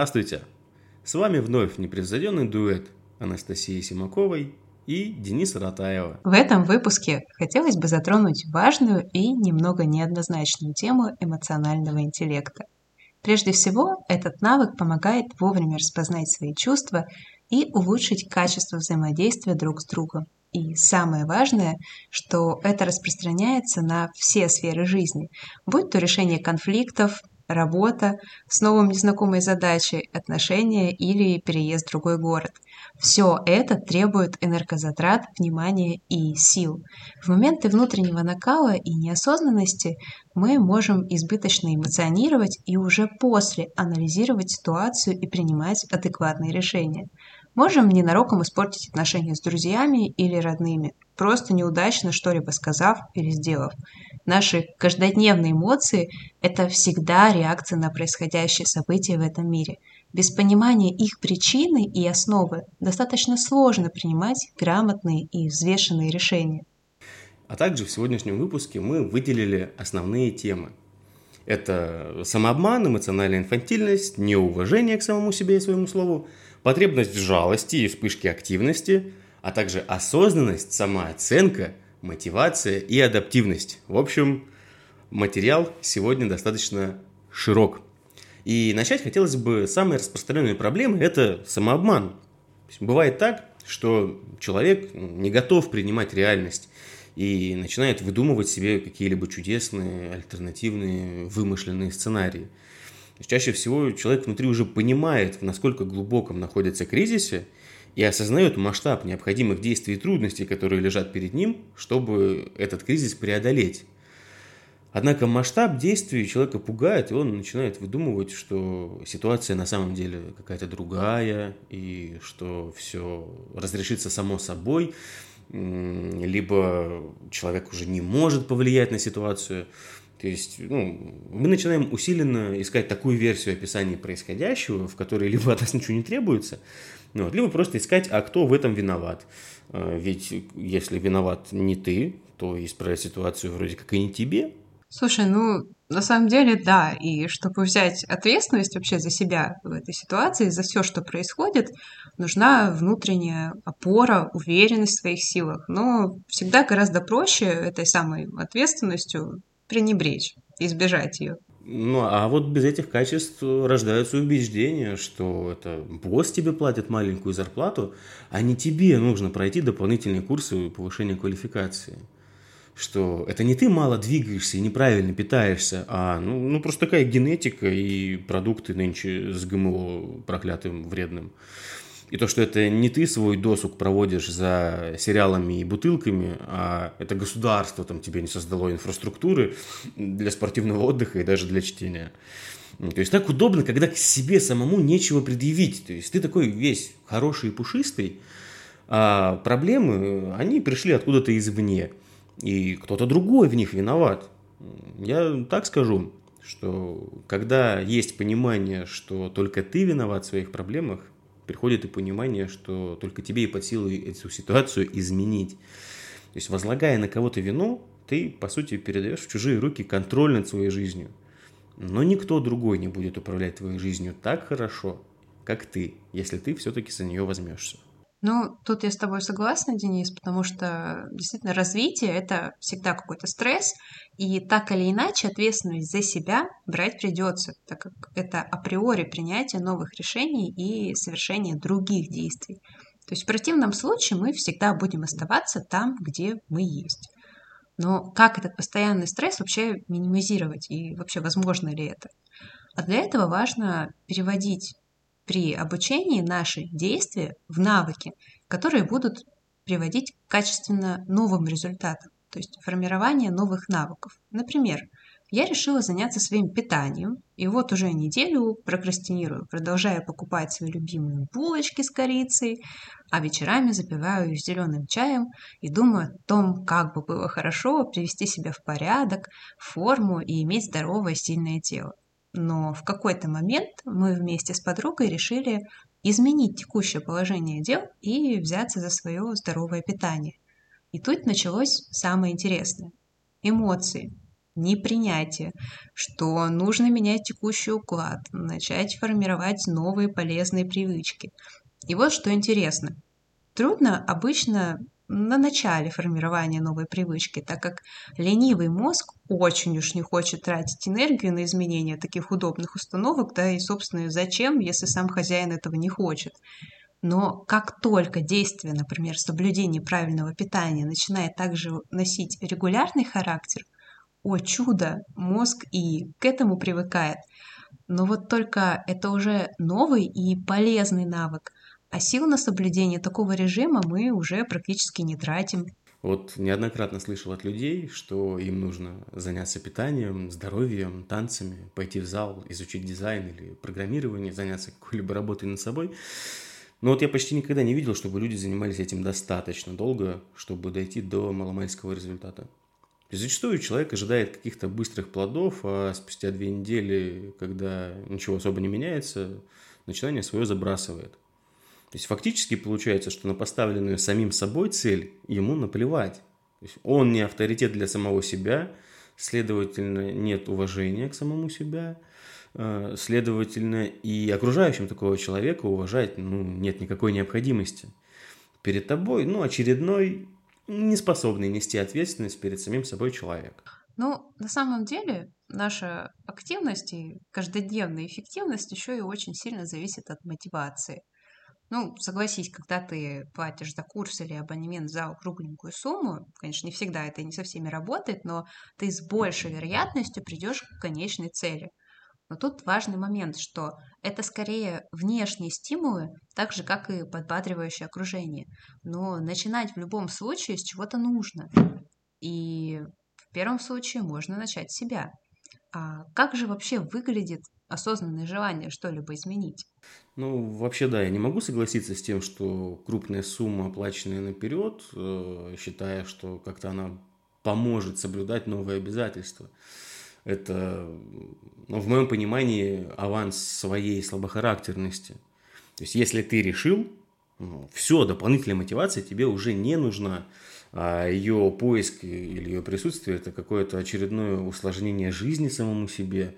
Здравствуйте! С вами вновь непревзойденный дуэт Анастасии Симаковой и Дениса Ратаева. В этом выпуске хотелось бы затронуть важную и немного неоднозначную тему эмоционального интеллекта. Прежде всего, этот навык помогает вовремя распознать свои чувства и улучшить качество взаимодействия друг с другом. И самое важное, что это распространяется на все сферы жизни, будь то решение конфликтов, работа с новой незнакомой задачей, отношения или переезд в другой город. Все это требует энергозатрат, внимания и сил. В моменты внутреннего накала и неосознанности мы можем избыточно эмоционировать и уже после анализировать ситуацию и принимать адекватные решения. Можем ненароком испортить отношения с друзьями или родными, просто неудачно что-либо сказав или сделав. Наши каждодневные эмоции – это всегда реакция на происходящие события в этом мире. Без понимания их причины и основы достаточно сложно принимать грамотные и взвешенные решения. А также в сегодняшнем выпуске мы выделили основные темы. Это самообман, эмоциональная инфантильность, неуважение к самому себе и своему слову, потребность в жалости и вспышке активности, а также осознанность, самооценка, мотивация и адаптивность. В общем, материал сегодня достаточно широк. И начать хотелось бы с самой распространенной проблемы – это самообман. Бывает так, что человек не готов принимать реальность и начинает выдумывать себе какие-либо чудесные, альтернативные, вымышленные сценарии. Чаще всего человек внутри уже понимает, в насколько глубоком находится кризисе, и осознает масштаб необходимых действий и трудностей, которые лежат перед ним, чтобы этот кризис преодолеть. Однако масштаб действий человека пугает, и он начинает выдумывать, что ситуация на самом деле какая-то другая, и что все разрешится само собой, либо человек уже не может повлиять на ситуацию. То есть мы начинаем усиленно искать такую версию описания происходящего, в которой либо от нас ничего не требуется, либо просто искать, а кто в этом виноват. Ведь если виноват не ты, то исправить ситуацию вроде как и не тебе. Слушай, на самом деле, да, и чтобы взять ответственность вообще за себя в этой ситуации, за все, что происходит, нужна внутренняя опора, уверенность в своих силах. Но всегда гораздо проще этой самой ответственностью пренебречь, избежать ее. А вот без этих качеств рождаются убеждения, что это босс тебе платит маленькую зарплату, а не тебе нужно пройти дополнительные курсы повышения квалификации. Что это не ты мало двигаешься и неправильно питаешься, а просто такая генетика и продукты нынче с ГМО проклятым вредным. И то, что это не ты свой досуг проводишь за сериалами и бутылками, а это государство там тебе не создало инфраструктуры для спортивного отдыха и даже для чтения. То есть так удобно, когда к себе самому нечего предъявить. То есть ты такой весь хороший и пушистый, а проблемы, они пришли откуда-то извне. И кто-то другой в них виноват. Я так скажу, что когда есть понимание, что только ты виноват в своих проблемах, приходит и понимание, что только тебе и под силу эту ситуацию изменить. То есть, возлагая на кого-то вину, ты, по сути, передаешь в чужие руки контроль над своей жизнью. Но никто другой не будет управлять твоей жизнью так хорошо, как ты, если ты все-таки за нее возьмешься. Тут я с тобой согласна, Денис, потому что действительно развитие – это всегда какой-то стресс, и так или иначе ответственность за себя брать придется, так как это априори принятие новых решений и совершение других действий. То есть в противном случае мы всегда будем оставаться там, где мы есть. Но как этот постоянный стресс вообще минимизировать и вообще возможно ли это? А для этого важно переводить при обучении наши действия в навыки, которые будут приводить к качественно новым результатам, то есть формирование новых навыков. Например, я решила заняться своим питанием, и вот уже неделю прокрастинирую, продолжая покупать свои любимые булочки с корицей, а вечерами запиваю их зеленым чаем и думаю о том, как бы было хорошо привести себя в порядок, в форму и иметь здоровое сильное тело. Но в какой-то момент мы вместе с подругой решили изменить текущее положение дел и взяться за свое здоровое питание. И тут началось самое интересное – эмоции. непринятие, что нужно менять текущий уклад, начать формировать новые полезные привычки. И вот что интересно. Трудно обычно на начале формирования новой привычки, так как ленивый мозг очень уж не хочет тратить энергию на изменение таких удобных установок, да и, собственно, зачем, если сам хозяин этого не хочет. Но как только действие, например, соблюдение правильного питания начинает также носить регулярный характер, о чудо, мозг и к этому привыкает. Но вот только это уже новый и полезный навык, а сил на соблюдение такого режима мы уже практически не тратим. Вот неоднократно слышал от людей, что им нужно заняться питанием, здоровьем, танцами, пойти в зал, изучить дизайн или программирование, заняться какой-либо работой над собой. Но вот я почти никогда не видел, чтобы люди занимались этим достаточно долго, чтобы дойти до маломальского результата. И зачастую человек ожидает каких-то быстрых плодов, а спустя 2 недели, когда ничего особо не меняется, начинание свое забрасывает. То есть фактически получается, что на поставленную самим собой цель ему наплевать. То есть он не авторитет для самого себя, следовательно, нет уважения к самому себя, следовательно, и окружающим такого человека уважать нет никакой необходимости. Перед тобой очередной неспособный нести ответственность перед самим собой человек. Ну, на самом деле, наша активность и каждодневная эффективность еще и очень сильно зависит от мотивации. Ну, согласись, когда ты платишь за курс или абонемент за кругленькую сумму, конечно, не всегда это не со всеми работает, но ты с большей вероятностью придешь к конечной цели. Но тут важный момент, что это скорее внешние стимулы, так же, как и подбадривающее окружение. Но начинать в любом случае с чего-то нужно. И в первом случае можно начать с себя. А как же вообще выглядит осознанное желание что-либо изменить? Вообще, да, я не могу согласиться с тем, что крупная сумма, оплаченная наперед, считая, что как-то она поможет соблюдать новые обязательства. Это, в моем понимании, аванс своей слабохарактерности. То есть, если ты решил, все, дополнительная мотивация тебе уже не нужна. А ее поиск или ее присутствие – это какое-то очередное усложнение жизни самому себе,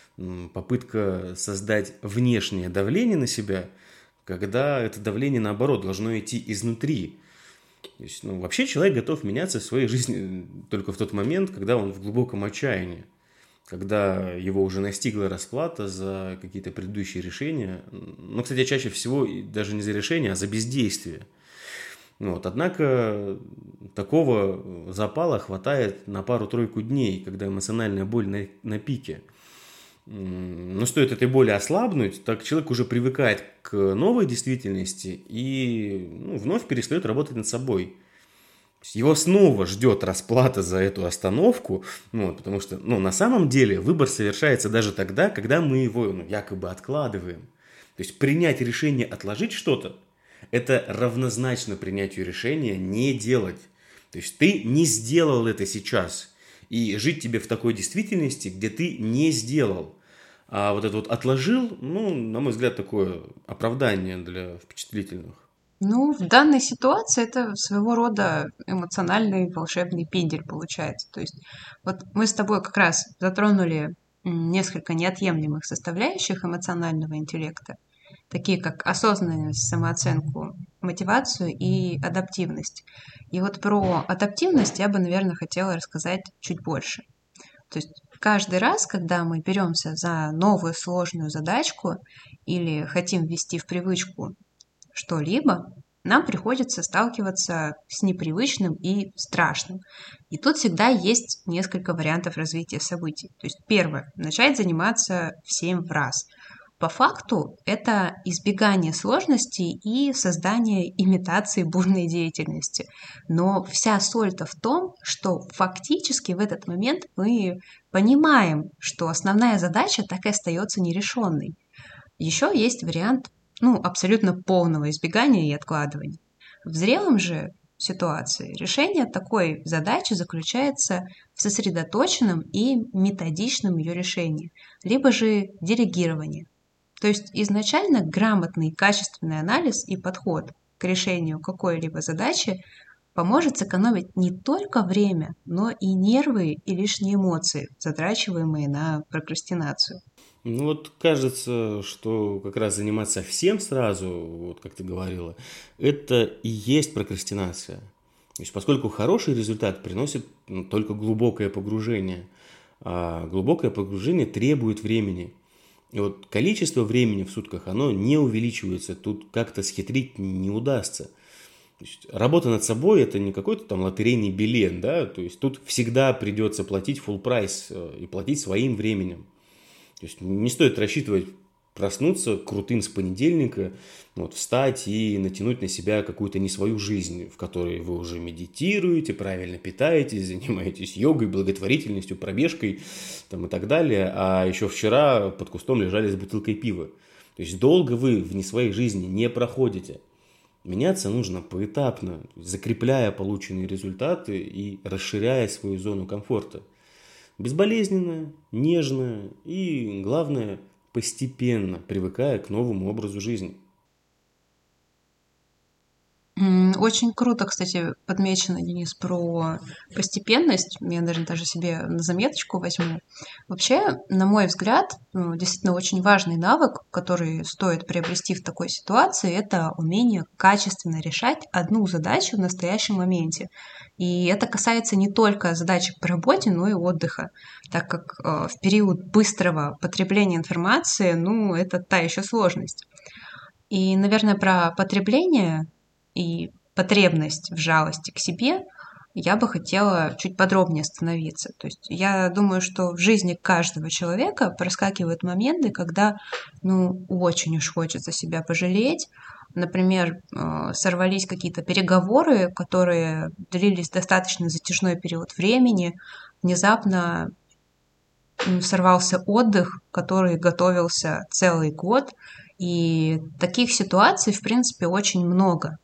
попытка создать внешнее давление на себя, когда это давление, наоборот, должно идти изнутри. То есть, вообще человек готов меняться в своей жизни только в тот момент, когда он в глубоком отчаянии, когда его уже настигла расплата за какие-то предыдущие решения. Кстати, чаще всего даже не за решения, а за бездействие. Однако такого запала хватает на пару-тройку дней, когда эмоциональная боль на пике. Но стоит этой боли ослабнуть, так человек уже привыкает к новой действительности и вновь перестает работать над собой. Его снова ждет расплата за эту остановку, потому что на самом деле выбор совершается даже тогда, когда мы его якобы откладываем. То есть принять решение отложить что-то – это равнозначно принятию решения не делать. То есть ты не сделал это сейчас, и жить тебе в такой действительности, где ты не сделал. А вот это отложил, на мой взгляд, такое оправдание для впечатлительных. В данной ситуации это своего рода эмоциональный волшебный пиндель получается. То есть вот мы с тобой как раз затронули несколько неотъемлемых составляющих эмоционального интеллекта, такие как осознанность, самооценку, мотивацию и адаптивность. И вот про адаптивность я бы, наверное, хотела рассказать чуть больше. То есть каждый раз, когда мы беремся за новую сложную задачку или хотим ввести в привычку что-либо, нам приходится сталкиваться с непривычным и страшным. И тут всегда есть несколько вариантов развития событий. То есть первое – начать заниматься всем в раз. По факту это избегание сложностей и создание имитации бурной деятельности. Но вся соль-то в том, что фактически в этот момент мы понимаем, что основная задача так и остается нерешенной. Еще есть вариант абсолютно полного избегания и откладывания. В зрелом же ситуации решение такой задачи заключается в сосредоточенном и методичном ее решении, либо же делегировании. То есть изначально грамотный качественный анализ и подход к решению какой-либо задачи поможет сэкономить не только время, но и нервы и лишние эмоции, затрачиваемые на прокрастинацию. Ну вот кажется, что как раз заниматься всем сразу, вот как ты говорила, это и есть прокрастинация. То есть поскольку хороший результат приносит только глубокое погружение, а глубокое погружение требует времени. И вот количество времени в сутках, оно не увеличивается, тут как-то схитрить не удастся. То есть работа над собой – это не какой-то там лотерейный билет, да, то есть тут всегда придется платить full прайс и платить своим временем. То есть не стоит рассчитывать проснуться крутым с понедельника, вот, встать и натянуть на себя какую-то не свою жизнь, в которой вы уже медитируете, правильно питаетесь, занимаетесь йогой, благотворительностью, пробежкой там, и так далее, а еще вчера под кустом лежали с бутылкой пива. То есть долго вы вне своей жизни не проходите. Меняться нужно поэтапно, закрепляя полученные результаты и расширяя свою зону комфорта. Безболезненно, нежно и, главное, постепенно привыкая к новому образу жизни. Очень круто, кстати, подмечено, Денис, про постепенность. Я, наверное, даже себе на заметочку возьму. Вообще, на мой взгляд, действительно очень важный навык, который стоит приобрести в такой ситуации, это умение качественно решать одну задачу в настоящем моменте. И это касается не только задачек по работе, но и отдыха, так как в период быстрого потребления информации, это та еще сложность. И, наверное, про потребление и потребность в жалости к себе я бы хотела чуть подробнее остановиться. То есть я думаю, что в жизни каждого человека проскакивают моменты, когда, очень уж хочется себя пожалеть. Например, сорвались какие-то переговоры, которые длились достаточно затяжной период времени, внезапно сорвался отдых, который готовился целый год, и таких ситуаций, в принципе, очень много.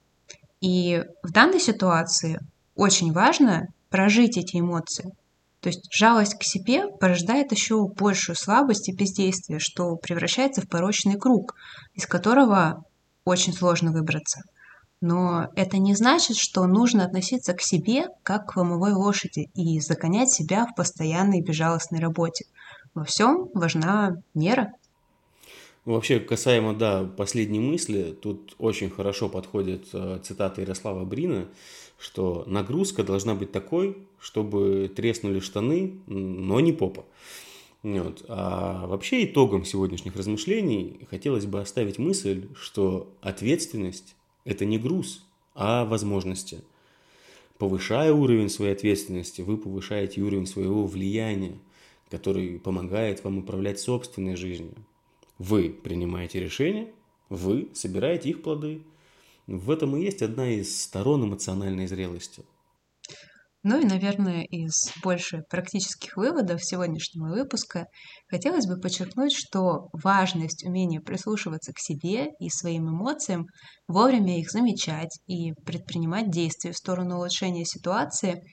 И в данной ситуации очень важно прожить эти эмоции. То есть жалость к себе порождает еще большую слабость и бездействие, что превращается в порочный круг, из которого очень сложно выбраться. Но это не значит, что нужно относиться к себе как к ломовой лошади и загонять себя в постоянной безжалостной работе. Во всем важна мера. Вообще, касаемо, да, последней мысли, тут очень хорошо подходит цитата Ярослава Брина, что нагрузка должна быть такой, чтобы треснули штаны, но не попа. Вот. А вообще итогом сегодняшних размышлений хотелось бы оставить мысль, что ответственность – это не груз, а возможности. Повышая уровень своей ответственности, вы повышаете уровень своего влияния, который помогает вам управлять собственной жизнью. Вы принимаете решения, вы собираете их плоды. В этом и есть одна из сторон эмоциональной зрелости. Ну и, наверное, из больше практических выводов сегодняшнего выпуска хотелось бы подчеркнуть, что важность умения прислушиваться к себе и своим эмоциям, вовремя их замечать и предпринимать действия в сторону улучшения ситуации,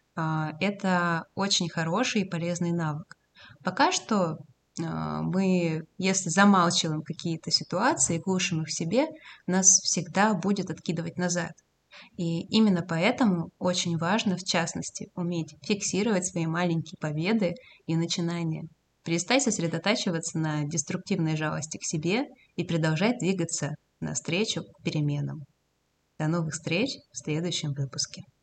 это очень хороший и полезный навык. Пока что мы, если замалчиваем какие-то ситуации, глушим их в себе, нас всегда будет откидывать назад. И именно поэтому очень важно, в частности, уметь фиксировать свои маленькие победы и начинания, перестать сосредотачиваться на деструктивной жалости к себе и продолжать двигаться навстречу к переменам. До новых встреч в следующем выпуске.